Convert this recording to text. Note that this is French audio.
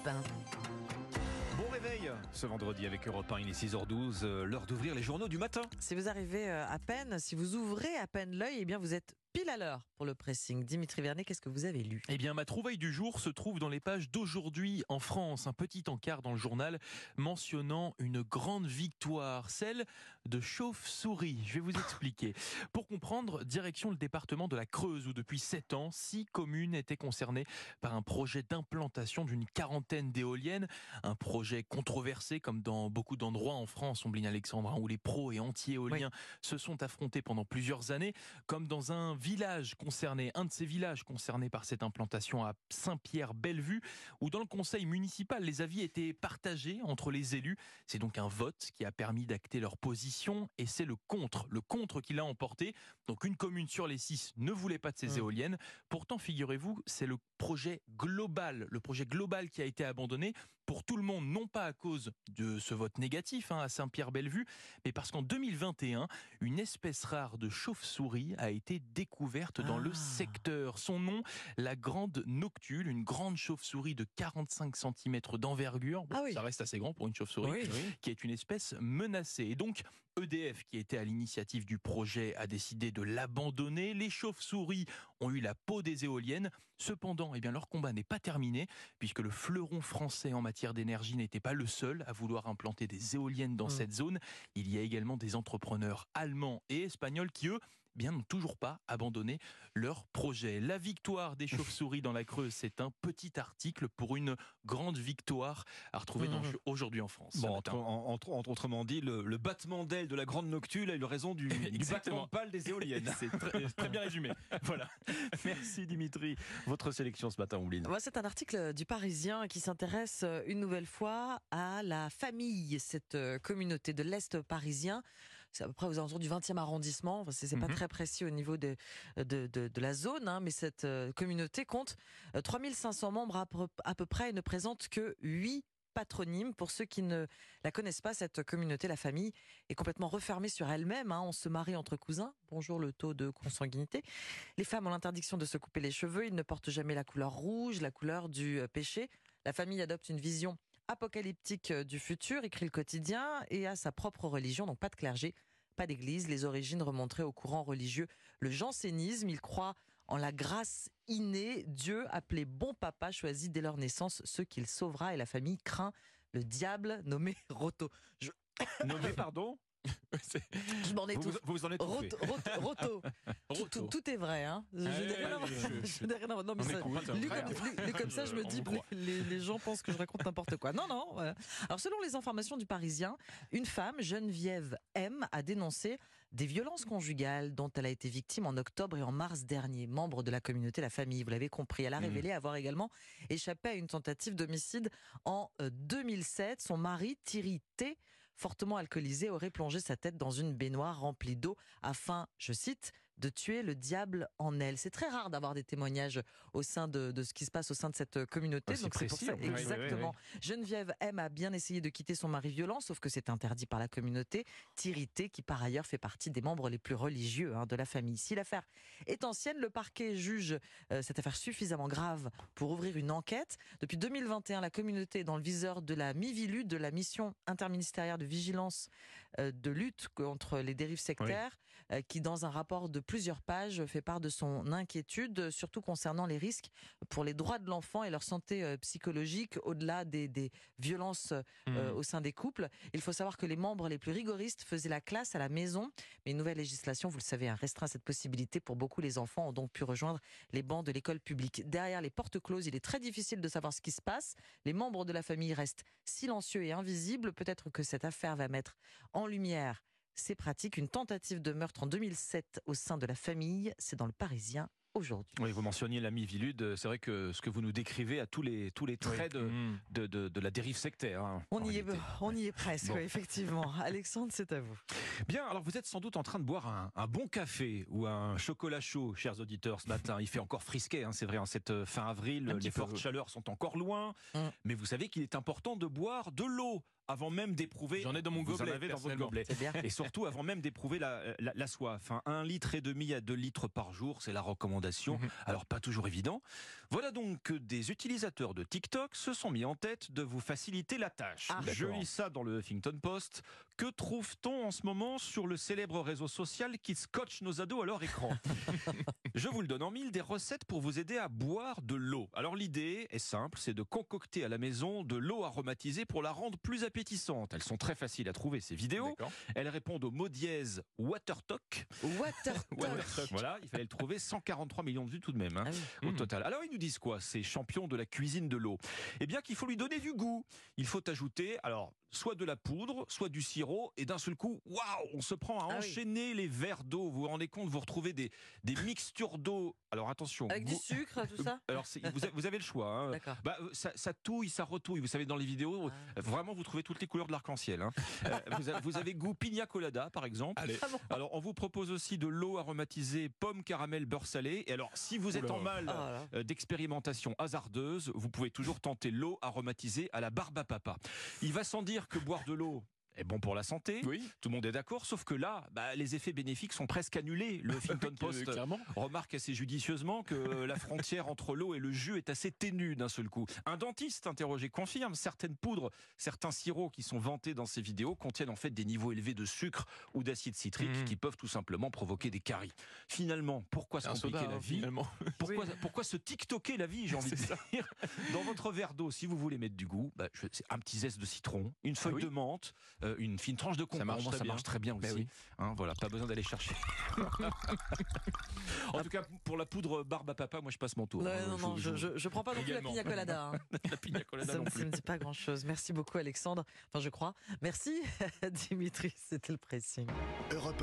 Europe 1. Bon réveil ce vendredi avec Europe 1, il est 6h12, l'heure d'ouvrir les journaux du matin. Si vous arrivez à peine, si vous ouvrez à peine l'œil, eh bien vous êtes pile à l'heure pour le pressing. Dimitri Vernet, qu'est-ce que vous avez lu ? Eh bien, ma trouvaille du jour se trouve dans les pages d'Aujourd'hui en France. Un petit encart dans le journal mentionnant une grande victoire, celle de Chauve-souris. Je vais vous expliquer. Pour comprendre, direction le département de la Creuse où depuis 7 ans, 6 communes étaient concernées par un projet d'implantation d'une quarantaine d'éoliennes. Un projet controversé comme dans beaucoup d'endroits en France, Ombline Alexandre, où les pros et anti-éoliens se sont affrontés pendant plusieurs années, comme dans un de ces villages concernés par cette implantation à Saint-Pierre-Bellevue, où dans le conseil municipal, les avis étaient partagés entre les élus. C'est donc un vote qui a permis d'acter leur position et c'est le contre qui l'a emporté. Donc une commune sur les 6 ne voulait pas de ces éoliennes. Pourtant, figurez-vous, c'est le projet global qui a été abandonné pour tout le monde, non pas à cause de ce vote négatif à Saint-Pierre-Bellevue, mais parce qu'en 2021, une espèce rare de chauve-souris a été découverte dans le secteur. Son nom, la grande noctule, une grande chauve-souris de 45 cm d'envergure. Ça reste assez grand pour une chauve-souris, qui est une espèce menacée. Et donc, EDF, qui était à l'initiative du projet, a décidé de l'abandonner. Les chauves-souris ont eu la peau des éoliennes. Cependant, leur combat n'est pas terminé, puisque le fleuron français en matière d'énergie n'était pas le seul à vouloir implanter des éoliennes dans cette zone. Il y a également des entrepreneurs allemands et espagnols qui, eux, n'ont toujours pas abandonné leur projet. La victoire des chauves-souris dans la Creuse, c'est un petit article pour une grande victoire à retrouver dans Aujourd'hui en France. Bon, autrement dit, le battement d'aile de la grande noctule a eu raison du battement de pale des éoliennes. C'est très bien résumé. Voilà. Merci Dimitri. Votre sélection ce matin, Ombline. C'est un article du Parisien qui s'intéresse une nouvelle fois à la famille, cette communauté de l'Est parisien. C'est à peu près aux alentours du 20e arrondissement. Enfin, c'est pas très précis au niveau de la zone, mais cette communauté compte 3500 membres à peu près et ne présente que 8 patronymes. Pour ceux qui ne la connaissent pas, cette communauté, la famille, est complètement refermée sur elle-même. On se marie entre cousins. Bonjour le taux de consanguinité. Les femmes ont l'interdiction de se couper les cheveux. Ils ne portent jamais la couleur rouge, la couleur du péché. La famille adopte une vision apocalyptique du futur, écrit le quotidien, et a sa propre religion, donc pas de clergé, pas d'église. Les origines remonteraient au courant religieux, le jansénisme. Ils croient en la grâce innée. Dieu, appelé bon papa, choisit dès leur naissance ceux qu'il sauvera, et la famille craint le diable nommé Roto. Nommé, pardon? Je m'en étouffe. Vous en êtes Roto. Tout est vrai. Je dirais non. Non, mais lu comme ça, je me dis les gens pensent que je raconte n'importe quoi. Non. Voilà. Alors, selon les informations du Parisien, une femme, Geneviève M, a dénoncé des violences conjugales dont elle a été victime en octobre et en mars dernier. Membre de la communauté La Famille, vous l'avez compris. Elle a révélé avoir également échappé à une tentative d'homicide en 2007. Son mari, Thierry T, fortement alcoolisé, aurait plongé sa tête dans une baignoire remplie d'eau afin, je cite, de tuer le diable en elle. C'est très rare d'avoir des témoignages au sein de ce qui se passe au sein de cette communauté. Donc c'est pour ça, exactement. Oui. Geneviève M a bien essayé de quitter son mari violent, sauf que c'est interdit par la communauté. Thierry T, qui par ailleurs fait partie des membres les plus religieux de la famille. Si l'affaire est ancienne, le parquet juge cette affaire suffisamment grave pour ouvrir une enquête. Depuis 2021, la communauté est dans le viseur de la MIVILUD, de la mission interministérielle de vigilance de lutte contre les dérives sectaires, qui dans un rapport de plusieurs pages fait part de son inquiétude, surtout concernant les risques pour les droits de l'enfant et leur santé psychologique au-delà des violences au sein des couples. Il faut savoir que les membres les plus rigoristes faisaient la classe à la maison, mais une nouvelle législation, vous le savez, restreint cette possibilité. Pour beaucoup, les enfants ont donc pu rejoindre les bancs de l'école publique. Derrière les portes closes, il est très difficile de savoir ce qui se passe. Les membres de la famille restent silencieux et invisibles. Peut-être que cette affaire va mettre en lumière ces pratiques. Une tentative de meurtre en 2007 au sein de la famille, c'est dans le Parisien aujourd'hui. Oui, vous mentionniez la MIVILUD, c'est vrai que ce que vous nous décrivez a tous les traits de la dérive sectaire. On y est presque, effectivement. Alexandre, c'est à vous. Bien, alors vous êtes sans doute en train de boire un bon café ou un chocolat chaud, chers auditeurs, ce matin. Il fait encore frisquet, c'est vrai, en cette fin avril, les fortes chaleurs sont encore loin. Mais vous savez qu'il est important de boire de l'eau avant même d'éprouver. J'en ai dans mon vous gobelet, en avez dans votre personnellement. gobelet. C'est bien. Et surtout avant même d'éprouver la soif. 1,5 litre à 2 litres par jour, c'est la recommandation. Alors pas toujours évident. Voilà donc que des utilisateurs de TikTok se sont mis en tête de vous faciliter la tâche. Ah, Je d'accord. lis ça dans le Huffington Post. Que trouve-t-on en ce moment sur le célèbre réseau social qui scotche nos ados à leur écran? Je vous le donne en mille, des recettes pour vous aider à boire de l'eau. Alors l'idée est simple, c'est de concocter à la maison de l'eau aromatisée pour la rendre plus appétissante. Elles sont très faciles à trouver, ces vidéos. D'accord. Elles répondent au mot dièse Watertalk. Watertalk. Voilà, il fallait le trouver, 143 millions de vues tout de même Ah oui. au total. Alors ils nous disent quoi, ces champions de la cuisine de l'eau? Eh bien qu'il faut lui donner du goût. Il faut ajouter, alors, soit de la poudre, soit du sirop, et d'un seul coup, waouh, on se prend à Ah oui. enchaîner les verres d'eau. Vous vous rendez compte, vous retrouvez des mixtures d'eau. Alors attention. Avec du sucre, tout ça. Alors vous avez le choix. Hein. D'accord. Ça touille, ça retouille. Vous savez, dans les vidéos, vraiment, vous trouvez toutes les couleurs de l'arc-en-ciel. Hein. Vous avez goût pina colada, par exemple. Allez. Ah bon. Alors, on vous propose aussi de l'eau aromatisée pomme, caramel, beurre salé. Et alors, si vous êtes Oula. en mal Ah là. d'expérimentation hasardeuse, vous pouvez toujours tenter l'eau aromatisée à la barbe à papa. Il va sans dire que boire de l'eau est bon pour la santé. Oui. Tout le monde est d'accord, sauf que là, les effets bénéfiques sont presque annulés. Le Huffington Post Clairement. remarque assez judicieusement que la frontière entre l'eau et le jus est assez ténue d'un seul coup. Un dentiste interrogé confirme certaines poudres, certains sirops qui sont vantés dans ces vidéos contiennent en fait des niveaux élevés de sucre ou d'acide citrique qui peuvent tout simplement provoquer des caries. Finalement, pourquoi se Un compliquer soda, la vie? finalement. Pourquoi se TikToker la vie, j'ai envie de C'est dire? Dans votre verre d'eau, si vous voulez mettre du goût, c'est un petit zeste de citron, une feuille oui. de menthe, une fine tranche de concombre, marche très bien. très bien aussi. oui. Hein, voilà, pas besoin d'aller chercher. En tout cas, pour la poudre barbe à papa, moi je passe mon tour. Ouais, non, je prends pas non plus la Également. pina colada. Hein. La pina colada Ça non ne plus. me dit pas grand-chose. Merci beaucoup, Alexandre. Enfin, je crois. Merci, Dimitri. C'était le pressing. Europe